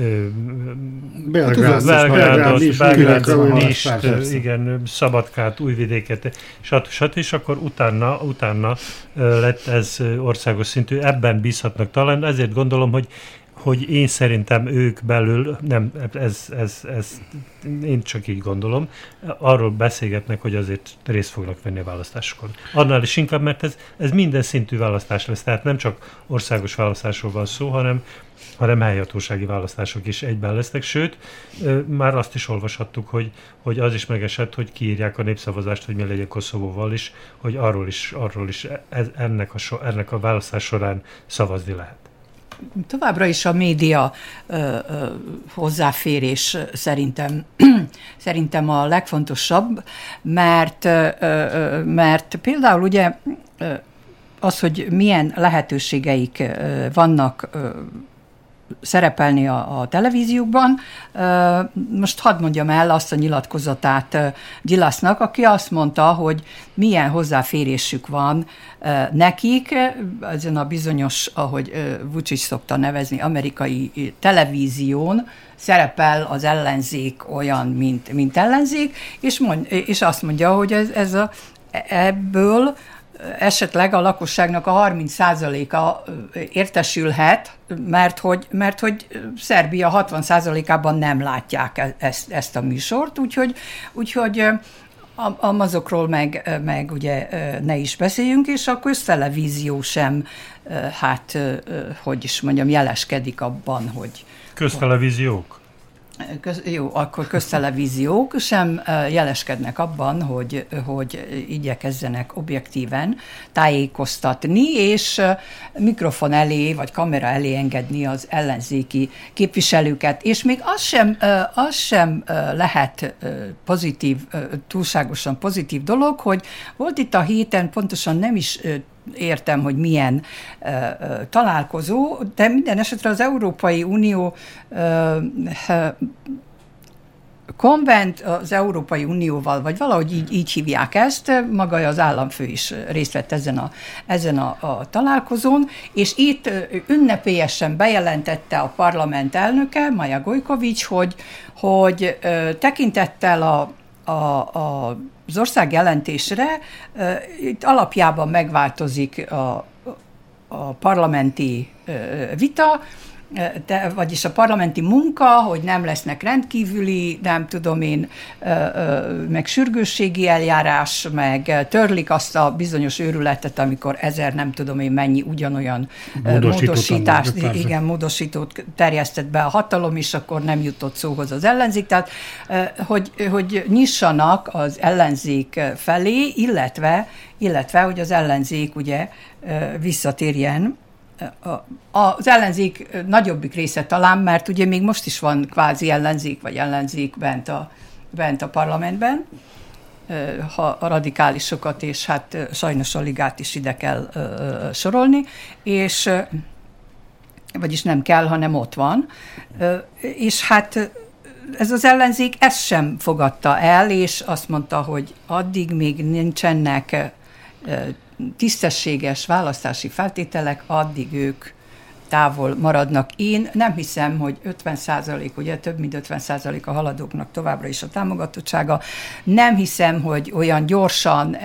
Belgrádot, Nist, igen, Szabadkát, Újvidéket, stb. És akkor utána lett ez országos szintű. Ebben bízhatnak talán, ezért gondolom, hogy én szerintem ők belül, nem, ez én csak így gondolom, arról beszélgetnek, hogy azért részt fognak venni a választáskor. Annál is inkább, mert ez minden szintű választás lesz, tehát nem csak országos választásról van szó, hanem helyhatósági választások is egyben lesznek, sőt, már azt is olvashattuk, hogy az is megesett, hogy kiírják a népszavazást, hogy mi legyen Koszovóval is, hogy arról is ennek a választás során szavazni lehet. Továbbra is a média hozzáférés szerintem a legfontosabb, mert például ugye az, hogy milyen lehetőségeik vannak szerepelni a televíziókban. Most hadd mondjam el azt a nyilatkozatát Gyilasznak, aki azt mondta, hogy milyen hozzáférésük van nekik, ezen a bizonyos, ahogy Vučić szokta nevezni, amerikai televízión szerepel az ellenzék olyan, mint ellenzék, és azt mondja, hogy ebből esetleg a lakosságnak a 30%-a értesülhet, mert hogy Szerbia 60%-ában nem látják ezt a műsort, úgyhogy azokról meg ugye ne is beszéljünk, és a köztelevízió sem, hogy is mondjam, jeleskedik abban, hogy... Köztelevíziók? Akkor köztelevíziók sem jeleskednek abban, hogy igyekezzenek objektíven tájékoztatni, és mikrofon elé, vagy kamera elé engedni az ellenzéki képviselőket. És még az sem lehet túlságosan pozitív dolog, hogy volt itt a héten, pontosan nem is értem, hogy milyen találkozó, de minden esetre az Európai Unió konvent az Európai Unióval, vagy valahogy így hívják ezt, maga az államfő is részt vett ezen a találkozón, és itt ünnepélyesen bejelentette a parlament elnöke, Maja Gojkovics, hogy tekintettel az ország jelentésre itt alapjában megváltozik a parlamenti vita, vagyis a parlamenti munka, hogy nem lesznek rendkívüli, nem tudom én, meg sürgősségi eljárás, meg törlik azt a bizonyos őrületet, amikor 1000 nem tudom én mennyi ugyanolyan módosítót terjesztett be a hatalom, és akkor nem jutott szóhoz az ellenzék. Tehát, hogy nyissanak az ellenzék felé, illetve hogy az ellenzék ugye visszatérjen. Az ellenzék nagyobbik része talán, mert ugye még most is van kvázi ellenzék, vagy ellenzék bent a parlamentben, ha a radikálisokat, és hát sajnos a ligát is ide kell sorolni, és vagyis nem kell, hanem ott van. És hát ez az ellenzék ezt sem fogadta el, és azt mondta, hogy addig még nincsenek tisztességes választási feltételek, addig ők távol maradnak. Én nem hiszem, hogy 50%, ugye több mint 50% a haladóknak továbbra is a támogatottsága. Nem hiszem, hogy olyan gyorsan,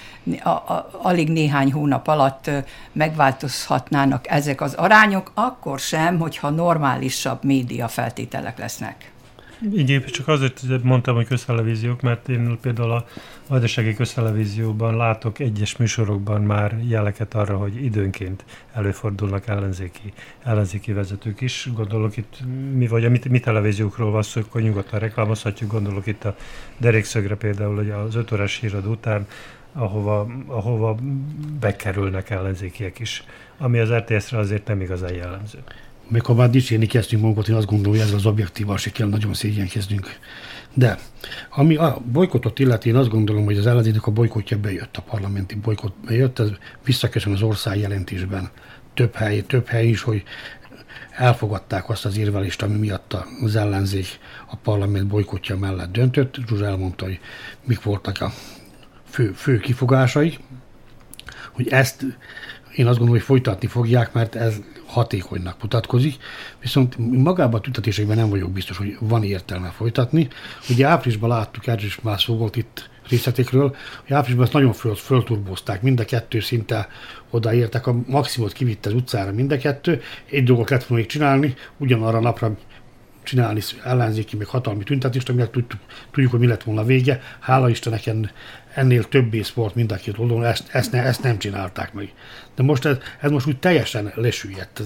alig néhány hónap alatt megváltozhatnának ezek az arányok, akkor sem, hogyha normálisabb média feltételek lesznek. Így csak azért mondtam, hogy köztelevíziók, mert én például a vajdasági köztelevízióban látok egyes műsorokban már jeleket arra, hogy időnként előfordulnak ellenzéki vezetők is. Gondolok itt, mi televíziókról van szó, akkor nyugodtan reklámozhatjuk, gondolok itt a derékszögre például, hogy az 5 órás hírad után, ahova bekerülnek ellenzékiek is, ami az RTS-re azért nem igazán jellemző. Még ha már dicsérni kezdtünk magunkat, én azt gondolom, hogy ezzel az objektívval se kell nagyon szégyenkeznünk. De ami a bolykottot illeti, én azt gondolom, hogy az ellenzéknek a bolykotja bejött, a parlamenti bolykott bejött, ez visszaköszön az ország jelentésben több hely is, hogy elfogadták azt az érvelést, ami miatt az ellenzék a parlament bolykottja mellett döntött. Zsuzsa elmondta, hogy mik voltak a fő kifogásai, hogy ezt én azt gondolom, hogy folytatni fogják, mert ez hatékonynak mutatkozik, viszont magában a tüntetésekben nem vagyok biztos, hogy van értelme folytatni. Ugye áprilisban láttuk, erről is már szó volt itt részletekről, hogy áprilisban ezt nagyon fölturbozták, mind a kettő szinte odaértek, a maximumot kivitt az utcára mind a kettő, egy dolgot lett volna még csinálni, ugyanarra napra csinálni ellenzéki, meg hatalmi tüntetést, aminek tudjuk, hogy mi lett volna a vége. Hála Istennek ennél többé sport mind a két oldalon, ezt nem csinálták meg. De most ez most úgy teljesen lesüllyedt,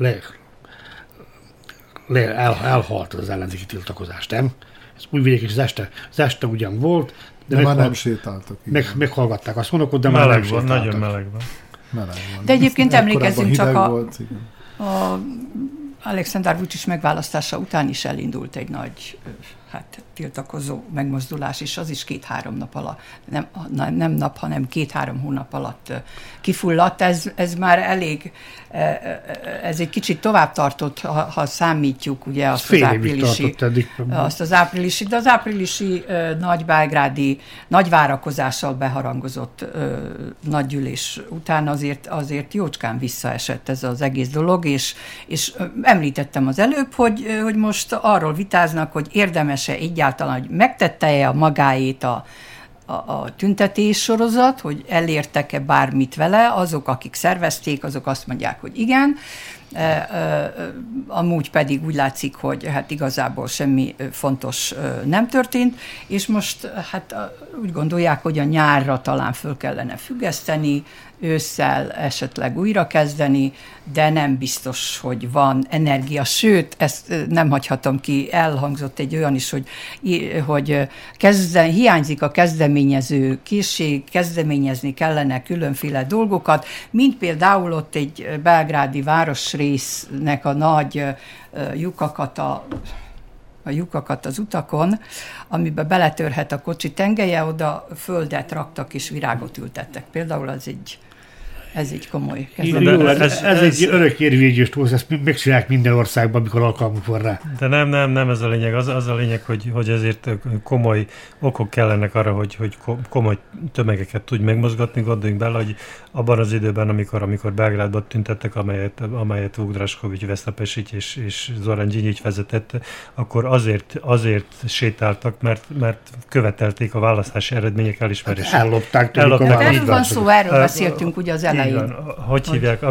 elhalt az ellenzéki tiltakozás, nem? Ez Újvidék is az este ugyan volt, de már nem sétáltak. Meghallgatták a szonokot, de már nem sétáltak. Nagyon meleg van. De egyébként emlékezzünk csak a Alexander Vučić megválasztása után is elindult egy nagy tiltakozó megmozdulás, és az is 2-3 nap alatt, nem nap, hanem 2-3 hónap alatt kifulladt. Ez már elég, ez egy kicsit tovább tartott, ha számítjuk ugye azt az áprilisi, de az áprilisi nagybelgrádi nagy várakozással beharangozott nagygyűlés után azért jócskán visszaesett ez az egész dolog, és említettem az előbb, hogy most arról vitáznak, hogy érdemes-e egyáltalán, hogy megtette-e a magáét a tüntetés sorozat, hogy elértek-e bármit vele, azok, akik szervezték, azok azt mondják, hogy igen, amúgy pedig úgy látszik, hogy hát igazából semmi fontos nem történt, és most hát úgy gondolják, hogy a nyárra talán föl kellene függeszteni, ősszel esetleg újra kezdeni, de nem biztos, hogy van energia. Sőt, ezt nem hagyhatom ki, elhangzott egy olyan is, hogy hiányzik a kezdeményező készség, kezdeményezni kellene különféle dolgokat, mint például ott egy belgrádi városrésznek a nagy lyukakat az utakon, amiben beletörhet a kocsi tengelye, oda földet raktak és virágot ültettek. Például az egy ez egy komoly kezdeményezés. Ez egy örökérvényes túl, ezt megcsinálják minden országban, amikor alkalmuk van rá. De nem ez a lényeg. Az a lényeg, hogy ezért komoly okok kellenek arra, hogy komoly tömegeket tudj megmozgatni. Gondoljunk bele, hogy abban az időben, amikor Belgrádban tüntettek, amelyet Vuk Drašković, Vesna Pešić és Zoran Đinđić vezetett, akkor azért sétáltak, mert követelték a választási eredmények elismerését. Ellopták. Erről van szó, erről beszéltünk ugye az elején. Igen. Hogy hívják,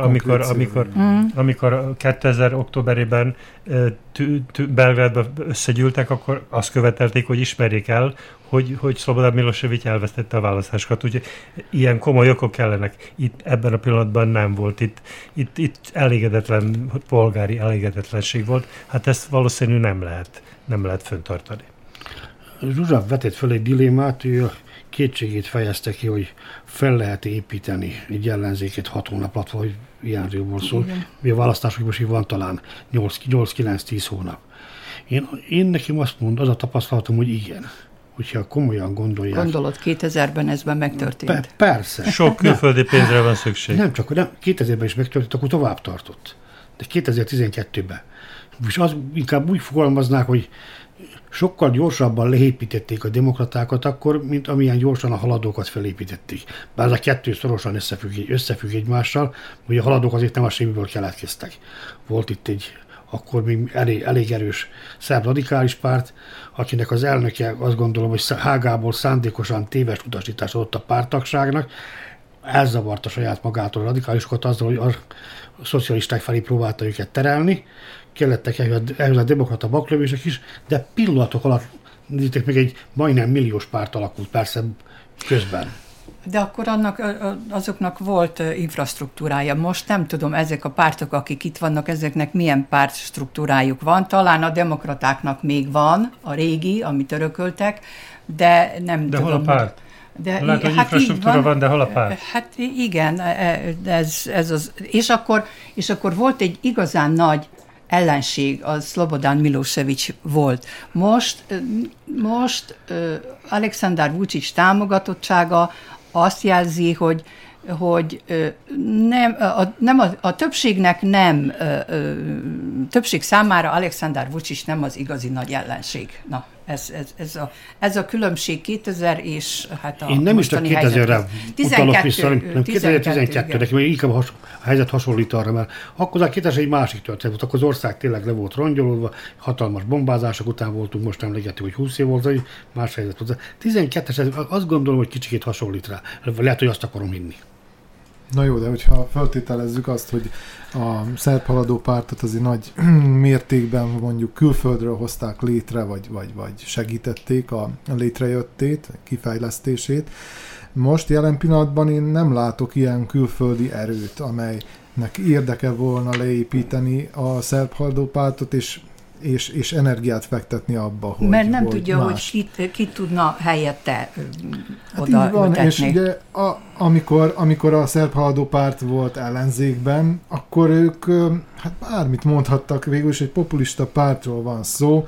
amikor 2000 októberében Belgrádban összegyűltek, akkor azt követelték, hogy ismerjék el, hogy Slobodan Milošević elvesztette a választásokat. Úgyhogy ilyen komoly okok kellenek. Itt ebben a pillanatban nem volt. Itt elégedetlen, polgári elégedetlenség volt. Hát ezt valószínű nem lehet fenntartani. Zsuzsa vetett föl egy dilemmát, ő a kétségét fejezte ki, hogy fel lehet építeni egy ellenzéket 6 hónap alatt, vagy ilyenről szól. A választások most van talán 8-9-10 hónap. Én nekem azt mondom, az a tapasztalatom, hogy igen. Hogyha komolyan gondolják. Gondolod, 2000-ben ez megtörtént? Persze. Sok külföldi pénzre van szükség. Nem 2000-ben is megtörtént, akkor tovább tartott. De 2012-ben. És az inkább úgy fogalmaznák, hogy sokkal gyorsabban leépítették a demokratákat akkor, mint amilyen gyorsan a haladókat felépítették. Bár ez a kettő szorosan összefügg egymással, hogy a haladók azért nem a semmiből keletkeztek. Volt itt egy akkor még elég erős szerb radikális párt, akinek az elnöke azt gondolom, hogy Hágából szándékosan téves utasítást adott a párttagságnak, elzavarta saját magától a radikálisokat azzal, hogy a szocialisták felé próbálta őket terelni, kellettek ehhez a demokrata baklövések is, de pillanatok alatt nézzétek meg, egy majdnem milliós párt alakult persze közben. De akkor azoknak volt infrastruktúrája. Most nem tudom, ezek a pártok, akik itt vannak, ezeknek milyen pártstruktúrájuk van. Talán a demokratáknak még van, a régi, amit örököltek, de nem tudom. De hol a párt? Lehet, hogy infrastruktúra van, de hol a párt? Hát igen, ez az. És akkor volt egy igazán nagy ellenség, az Slobodan Milošević volt. Most Aleksandar Vučić támogatottsága azt jelzi, hogy a többségnek többség számára Aleksandar Vučić nem az igazi nagy ellenség. Na, ez a különbség 2000 és hát a én nem is csak 2000-re utalok vissza, nem 2012-re, mert inkább a helyzet hasonlít arra, mert akkor az 2000 egy másik történet volt, akkor az ország tényleg le volt rongyolódva, hatalmas bombázások után voltunk, most emlegető, hogy 20 év volt, más helyzet volt. 12-es, azt gondolom, hogy kicsikét hasonlít rá. Lehet, hogy azt akarom hinni. Na jó, de hogyha feltételezzük azt, hogy a szerb haladó pártot azért nagy mértékben mondjuk külföldről hozták létre, vagy segítették a létrejöttét, kifejlesztését. Most jelen pillanatban én nem látok ilyen külföldi erőt, amelynek érdeke volna leépíteni a szerb haladó pártot, és energiát fektetni abba, hogy mert nem tudja, más. Hogy ki tudna helyette oda így van, és ugye amikor a szerb haladó párt volt ellenzékben, akkor ők hát bármit mondhattak, végül is egy populista pártról van szó,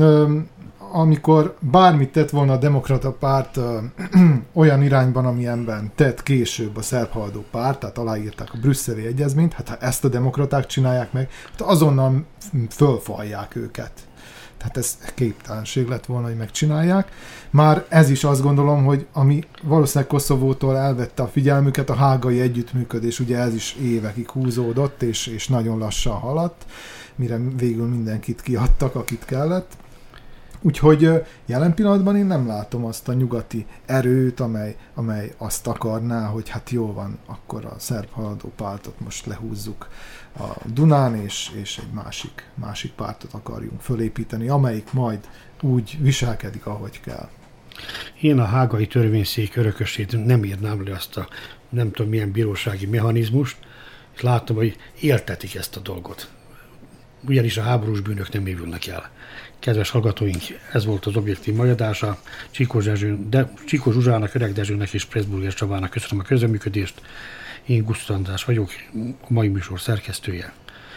amikor bármit tett volna a demokrata párt olyan irányban, amilyenben tett később a szerb haladó párt, tehát aláírták a brüsszeli egyezményt, hát ha ezt a demokraták csinálják meg, hát azonnal fölfalják őket. Tehát ez képtelenség lett volna, hogy megcsinálják. Már ez is azt gondolom, hogy ami valószínűleg Koszovótól elvette a figyelmüket, a hágai együttműködés, ugye ez is évekig húzódott, és nagyon lassan haladt, mire végül mindenkit kiadtak, akit kellett. Úgyhogy jelen pillanatban én nem látom azt a nyugati erőt, amely azt akarná, hogy hát jó van, akkor a szerb haladó pártot most lehúzzuk a Dunán, és egy másik pártot akarjunk fölépíteni, amelyik majd úgy viselkedik, ahogy kell. Én a hágai törvényszék örökösét nem írnám le azt a nem tudom milyen bírósági mechanizmust, és látom, hogy éltetik ezt a dolgot. Ugyanis a háborús bűnök nem évülnek el. Kedves hallgatóink, ez volt az Objektív mai adása. Csikó Zsuzsának, Öreg Dezsőnek és Pressburger Csabának köszönöm a közreműködést. Én Gusztus András vagyok, a mai műsor szerkesztője.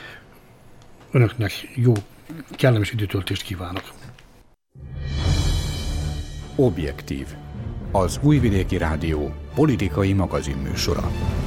Önöknek jó, kellemes időtöltést kívánok. Objektív. Az Újvidéki Rádió politikai magazinműsora.